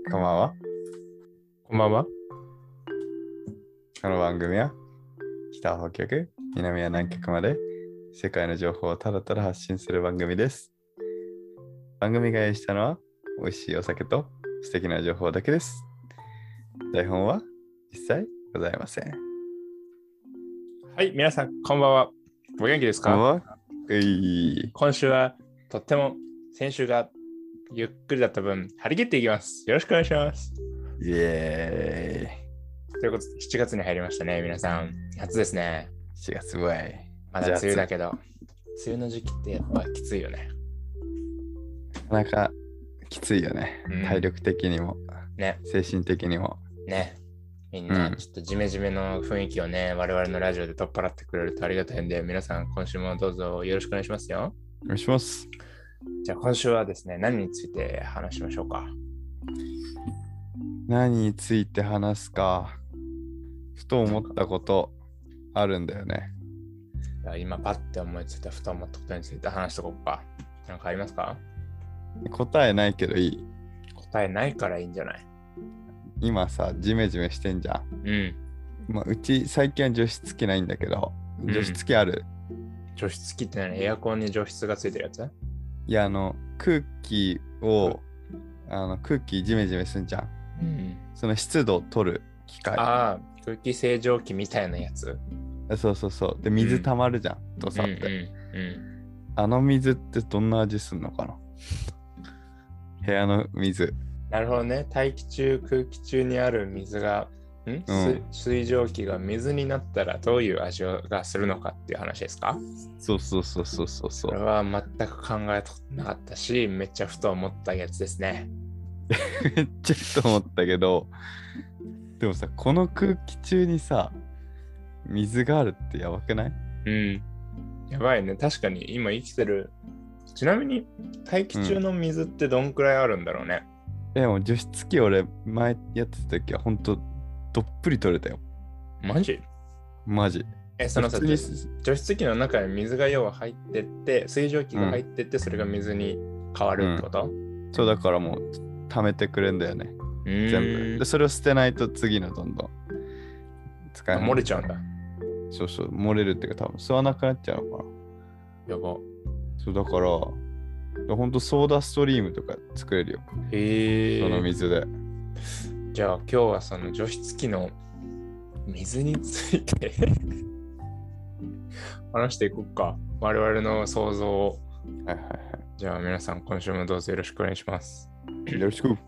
こんばんは。 こんばんは。 この番組は北は北極、南は南極まで世界の情報をただただ発信する番組です。番組が用意したのは美味しいお酒と素敵な情報だけです。台本は一切ございません。 はい、皆さん、こんばんは。お元気ですか？ こんばんは。 今週はとっても先週がゆっくりだった分、張り切っていきます。よろしくお願いします。 イエということで、7月に入りましたね、皆さん。夏ですね。 ーイ。4月わい。 まだ梅雨だけど、梅雨の時期ってやっぱきついよね。 なかなかきついよね。体力的にも、 ね。 精神的にも。 ね。みんな、ちょっとジメジメの雰囲気をね、我々のラジオで取っ払ってくれるとありがたいんで、皆さん、今週もどうぞよろしくお願いしますよ。 お願いします。 じゃあ、今週はですね、何について話しましょうか。 何について話すか。ふと思ったことあるんだよね。 今パッて思いついたふと思ったことについて話しとこうか。なんかありますか？ 答えないけどいい？ 答えないからいいんじゃない？ 今さ、ジメジメしてんじゃん。 うん。 まあ、うち最近は除湿機ないんだけど、除湿機ある？ 除湿機って何？エアコンに除湿がついてるやつ？ いや、空気を、空気ジメジメすんじゃん。 うん。 その湿度を取る機械。 ああ、空気清浄機みたいなやつ。 そうそうそう。で、水溜まるじゃん。どさって。あの水ってどんな味すんのかな？部屋の水。 なるほどね。大気中、空気中にある水が、水蒸気が水になったらどういう味がするのかっていう話ですか？ そうそうそうそうそう。 それは全く考えたことなかったし、めっちゃふと思ったやつですね。 めっちゃふと思ったけど、でもさ、この空気中にさ、水があるってやばくない？ うん。やばいね。確かに今生きてる。ちなみに大気中の水ってどんくらいあるんだろうね。 でも除湿機俺前やってた時はほんとどっぷり取れたよ。 マジ？ マジ。 そのさ、 普通に除湿機の中に水が要は入ってって、水蒸気が入ってって、それが水に変わるってこと？ そうだからもう溜めてくれんだよね。全部。で、それを捨てないと次のどんどん使えない。 漏れちゃうんだ。 そうそう、漏れるっていうか多分吸わなくなっちゃうのかな。 やば。 そうだから、ほんとソーダストリームとか作れるよ。その水で。 じゃあ今日はその除湿機の水について話していこうか。我々の想像を。 はいはいはい。 じゃあ皆さん今週もどうぞよろしくお願いします。 よろしく。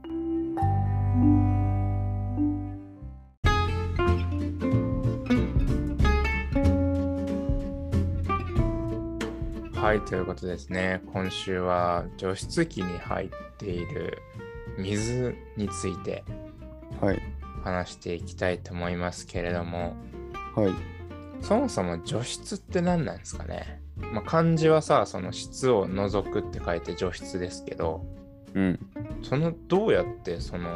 はい、ということですね。今週は除湿機に入っている水について話していきたいと思いますけれども、 はい。 そもそも除湿って何なんですかね？まあ、漢字はさ、その湿を除くって書いて除湿ですけど、どうやって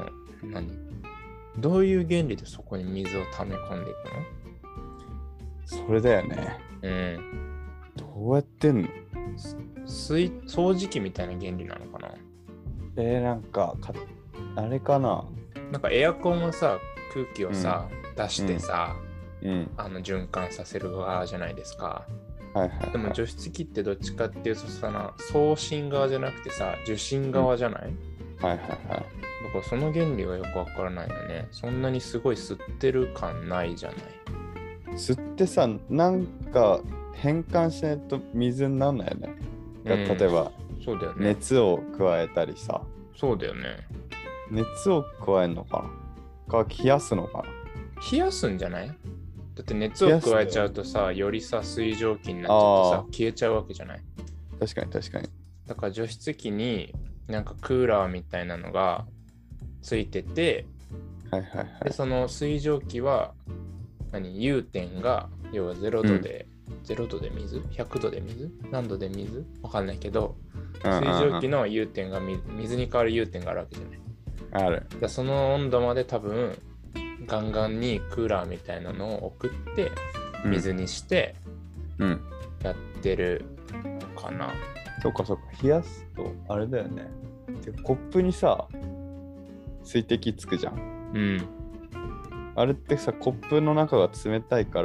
どういう原理でそこに水を溜め込んでいくの？ それだよね。どうやってんの？ 掃除機みたいな原理なのかな？ なんかあれかな？ なんかエアコンはさ、空気をさ、出してさ、循環させる側じゃないですか。 はいはいはい、 でも除湿機ってどっちかっていうとさ、送信側じゃなくてさ、受信側じゃない？ はいはいはい。 だからその原理がよくわからないよね。そんなにすごい吸ってる感ないじゃない。 吸ってさ、なんか変換しないと水にならないよね。例えば、 そうだよね。 熱を加えたりさ。 そうだよね。 熱を加えるのかな？冷やすのかな？ 冷やすんじゃない？だって熱を加えちゃうとさ、よりさ、水蒸気になっちゃってさ、消えちゃうわけじゃない？ 確かに確かに。 だから除湿機になんかクーラーみたいなのがついてて、でその水蒸気は融点が要は0度で、0度で水 ?100 度で水何度で水わかんないけど、水蒸気の融点が水に変わる融点があるわけじゃない。 ある。 だその温度まで多分ガンガンにクーラーみたいなのを送って水にしてやってるのかな。 そうかそうか。冷やすとあれだよね。でコップにさ水滴つくじゃん。 うん。 あれってさ、コップの中が冷たいから、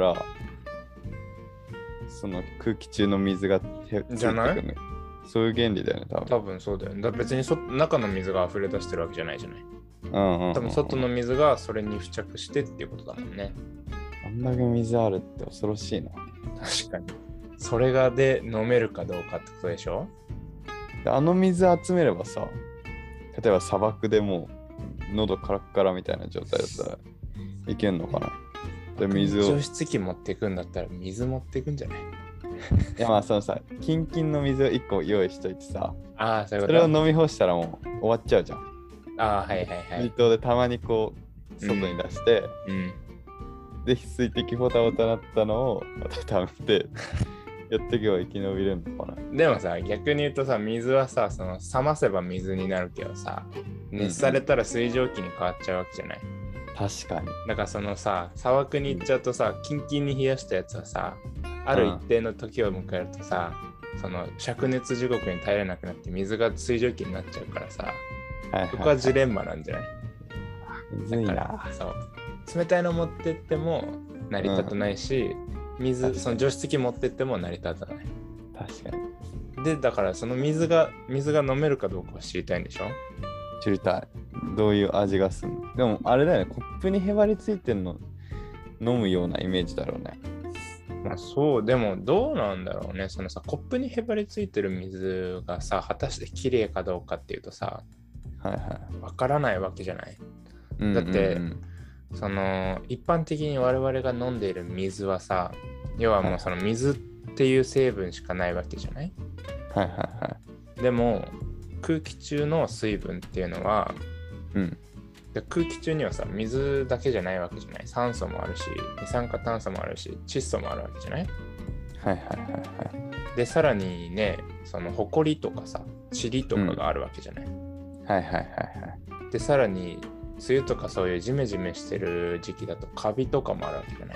その空気中の水がついてくる。 じゃない？ そういう原理だよね、 多分そうだよね。だから別に中の水が溢れ出してるわけじゃないじゃない。多分外の水水がそれに付着してっていうことだもんね。 あんだけ水あるって恐ろしいな。 確かに。それがで飲めるかどうかってことでしょ？ であの水集めればさ、例えば砂漠でもう喉カラッカラみたいな状態だったらいけんのかな。で水を除湿機持っていくんだったら水持っていくんじゃない？ いやまあそのさ、キンキンの水を1個用意しといてさ、 ああ、そういうそこと。 れを飲み干したらもう終わっちゃうじゃん。 ああ、はいはいはい。 水筒でたまにこう外に出して、で水滴ポタポタなったのをまた溜めてやっていけば生き延びれるのかな。 でもさ、逆に言うとさ、水はさ、その冷ませば水になるけどさ、熱されたら水蒸気に変わっちゃうわけじゃない。 確かに。 だからそのさ、砂漠に行っちゃうとさ、キンキンに冷やしたやつはさ、ある一定の時を迎えるとさ、その灼熱地獄に耐えれなくなって水が水蒸気になっちゃうからさ、そこはジレンマなんじゃない？ むずいな。 そう。冷たいの持ってっても成り立たないし、その除湿機持ってっても成り立たない。 確かに。 で、だからその水が飲めるかどうかを知りたいんでしょ？ 知りたい。どういう味がするの？でもあれだよね、コップにへばりついてんの飲むようなイメージだろうね。 まあそう、でもどうなんだろうね。そのさ、コップにへばりついてる水がさ、果たして綺麗かどうかっていうとさ、わからないわけじゃない。だって、その一般的に我々が飲んでいる水はさ、要はもうその水っていう成分しかないわけじゃない。でも空気中の水分っていうのは、で空気中にはさ、水だけじゃないわけじゃない。酸素もあるし、二酸化炭素もあるし、窒素もあるわけじゃない。で、さらにね、その埃とかさ、塵とかがあるわけじゃない。で、さらに梅雨とかそういうジメジメしてる時期だとカビとかもあるわけじゃない。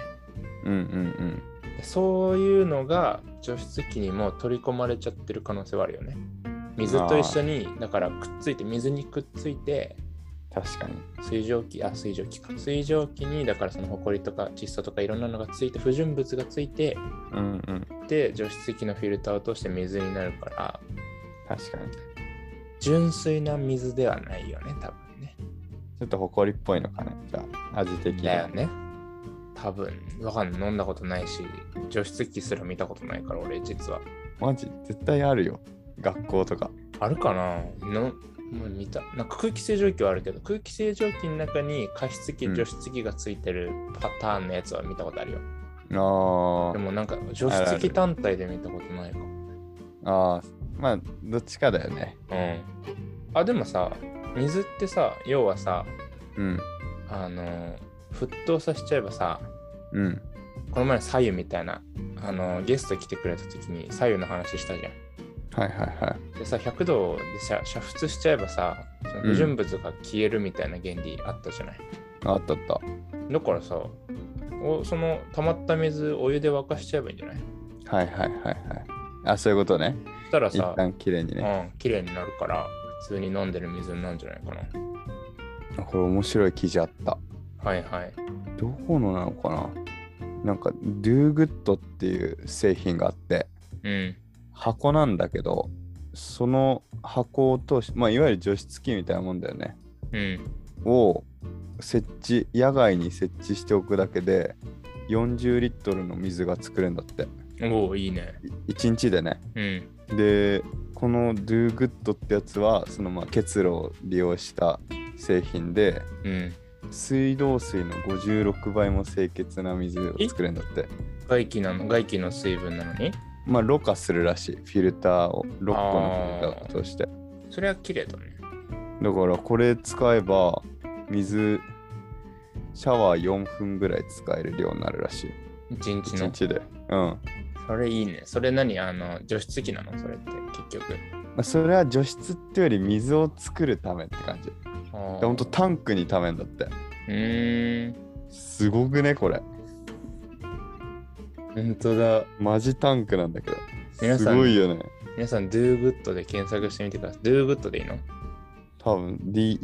そういうのが除湿機にも取り込まれちゃってる可能性はあるよね。水と一緒に、だからくっついて、水にくっついて、 確かに水蒸気にだからその埃とか窒素とかいろんなのがついて、不純物がついて、で除湿機のフィルターを通して水になるから、 確かに純粋な水ではないよね、多分ね。 ちょっと埃っぽいのかね、じゃあ味的にだよね。多分わかんない、飲んだことないし、除湿機すら見たことないから、俺実は。 マジ絶対あるよ、学校とか。 あるかな。もう見た。なんか空気清浄機はあるけど、空気清浄機の中に加湿器、除湿機がついてるパターンのやつは見たことあるよ。でもなんか除湿機単体で見たことないかも。 まあどっちかだよね。 でもさ、水ってさ、要はさ、沸騰させちゃえばさ、この前の左右みたいな、ゲスト来てくれた時に左右の話したじゃん。でさ、100度で煮沸しちゃえばさ、その不純物が消えるみたいな原理あったじゃない。 あった。 だからさ、その溜まった水お湯で沸かしちゃえばいいんじゃない？ そういうことね。 そしたらさ、 一旦きれいにね。 きれいになるから、普通に飲んでる水になるんじゃないかな。 これ面白い記事あった。どこのなのかな。なんか Do-Good っていう製品があって、箱なんだけど、その箱を通して、いわゆる除湿機みたいなもんだよね。を野外に設置しておくだけで40リットルの水が作れるんだって。 いいね。 1日でね。で、この Do-Good ってやつはその結露を利用した製品で、水道水の56倍も清潔な水を作れるんだって。 外気の水分なのにろ過するらしい。フィルターを6個のフィルターを通して。 それは綺麗だね。 だからこれ使えば水シャワー4分ぐらい使える量になるらしい。 1日の。 1日で。 それいいね。それ何？除湿機なの？それって結局。 それは除湿ってより水を作るためって感じ。ほんとタンクにためんだって。すごくねこれ。 本当だ。 マジタンクなんだけど。すごいよね。 皆さん Do-Good で検索してみてください。Do-Good でいいの？ 多分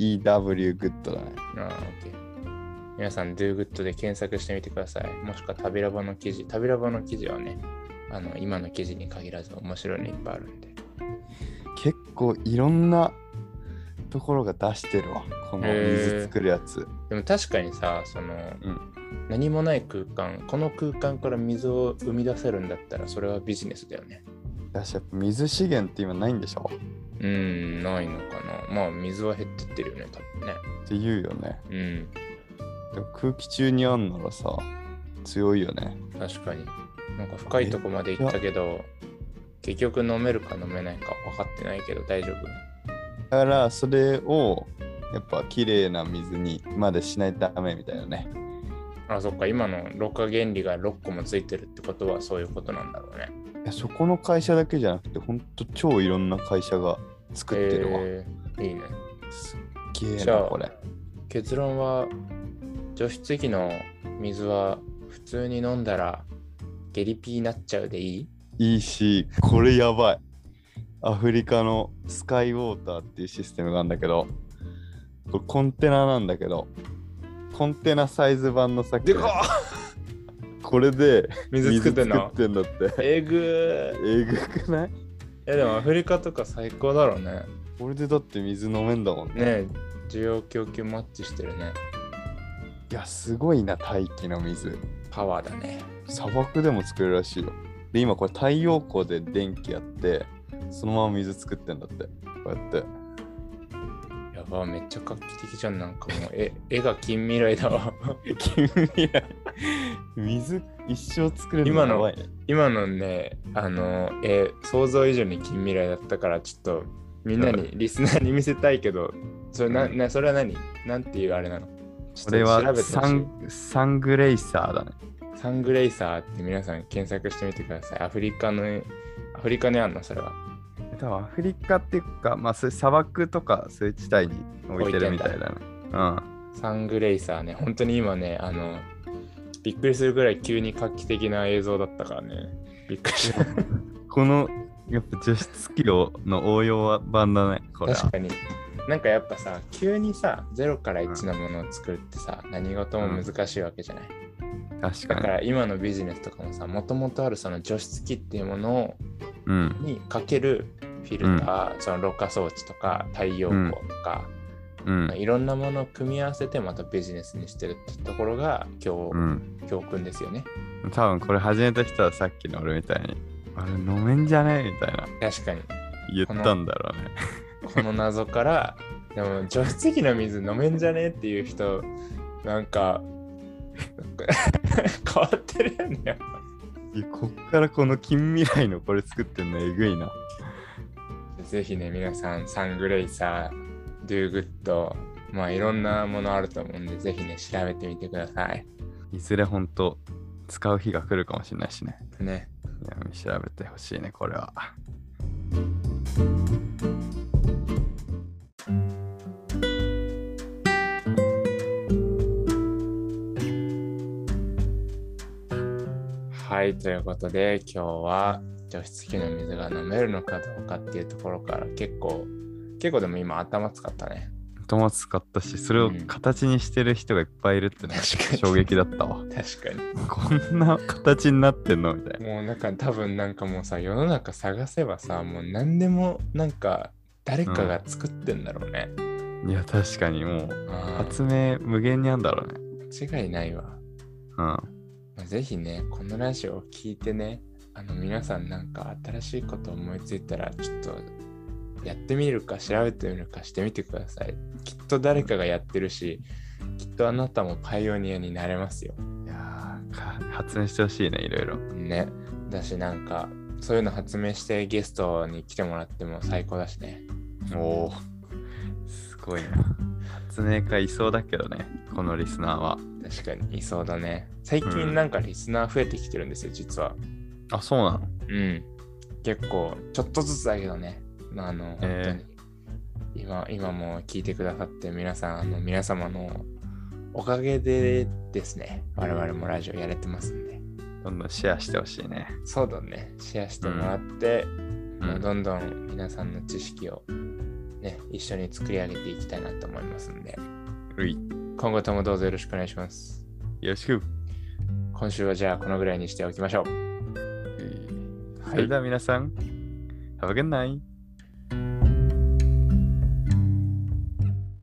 DEW グッドだね。 ああ、OK。皆さん Do Good で検索してみてください。もしくは旅ラボの記事はね、今の記事に限らず面白いのいっぱいあるんで。 結構いろんなところが出してるわ、この水作るやつ。 でも確かにさ、何もない空間、この空間から水を生み出せるんだったら、それはビジネスだよね。 だしやっぱ水資源って今ないんでしょ？ ないのかな。まあ水は減ってってるよね、多分ね。 って言うよね。でも空気中にあんならさ、強いよね。 確かに。なんか深いとこまで行ったけど、結局飲めるか飲めないか分かってないけど大丈夫。 だからそれをやっぱ綺麗な水にまでしないとダメみたいなね。 あ、そっか。今のろ過原理が6個もついてるってことはそういうことなんだろうね。 いや、そこの会社だけじゃなくて、ほんと超いろんな会社が作ってるわ。 いいね。 すっげえな、これ。 結論は、除湿機の水は普通に飲んだらゲリピーになっちゃうでいい？ いいし、これやばい。アフリカのスカイウォーターっていうシステムがあるんだけど、これコンテナなんだけど、コンテナサイズ版のさっきでかっこれで水作ってんの？ んだって。 えぐくない？ でもアフリカとか最高だろうね。 これでだって水飲めんだもんね。 ね、需要供給マッチしてるね。 いや、すごいな、大気の水。 パワーだね。 砂漠でも作れるらしいよ。で、今これ太陽光で電気やって、そのまま水作ってんだって。こうやって。 やば、めっちゃ画期的じゃん。なんかもう絵が近未来だわ。 近未来。水一生作れるのやばいね。 今のね、想像以上に近未来だったから、ちょっとみんなに、リスナーに見せたいけど、それは何？なんていうあれなの？ これはサングレイサーだね。 サングレイサーって皆さん検索してみてください。アフリカにあんの、それは。 多分アフリカっていうか、まあそういう砂漠とかそういう地帯に置いてるみたいだね。 サングレイサーね、本当に今ね、びっくりするぐらい急に画期的な映像だったからね。びっくりした。 このやっぱ除湿機の応用版だね、これは。 確かに。なんかやっぱさ、急にさ、0から1のものを作るってさ、何事も難しいわけじゃない。 確かに。 だから今のビジネスとかもさ、もともとあるその除湿機っていうものにかけるフィルター、そのろ過装置とか太陽光とか、いろんなものを組み合わせてまたビジネスにしてるってところが教訓ですよね。 多分これ始めた人はさっきの俺みたいに、あれ飲めんじゃねみたいな。 確かに。 言ったんだろうね。 この謎から、でも除湿機の水飲めんじゃねっていう人、なんか変わってるよね。 こっからこの近未来のこれ作ってんのえぐいな。 ぜひね、皆さん、サングレイサー、Do Good、まあいろんなものあると思うんで、ぜひね、調べてみてください。 いずれ本当使う日が来るかもしれないしね。 ね。 いや、調べてほしいね、これは。 はい、ということで今日は除湿機の水が飲めるのかどうかっていうところから結構でも今頭使ったね。 頭使ったし、それを形にしてる人がいっぱいいるってね、衝撃だったわ。 確かに。 こんな形になってんのみたいな。 もうなんか多分なんかもうさ、世の中探せばさ、もう何でもなんか誰かが作ってんだろうね。 いや、確かにもう発明無限にあるんだろうね。 間違いないわ。ぜひね、このラジオを聞いてね、皆さんなんか新しいこと思いついたら、ちょっとやってみるか調べてみるかしてみてください。きっと誰かがやってるし、きっとあなたもパイオニアになれますよ。 いやー、発明してほしいね、いろいろ。 ね。だしなんか、そういうの発明してゲストに来てもらっても最高だしね。 おー、すごいな。発明家いそうだけどね、このリスナーは。 確かにいそうだね。最近なんかリスナー増えてきてるんですよ、実は。 あ、そうなの？ 結構、ちょっとずつだけどね。本当に今も聞いてくださって皆さん、皆様のおかげでですね、我々もラジオやれてますんで。 どんどんシェアしてほしいね。 そうだね。シェアしてもらって、もうどんどん皆さんの知識をね、一緒に作り上げていきたいなと思いますんで、 うい。 今後ともどうぞよろしくお願いします。 よろしく。 今週はじゃあこのぐらいにしておきましょう。 それでは皆さん、Have a good night!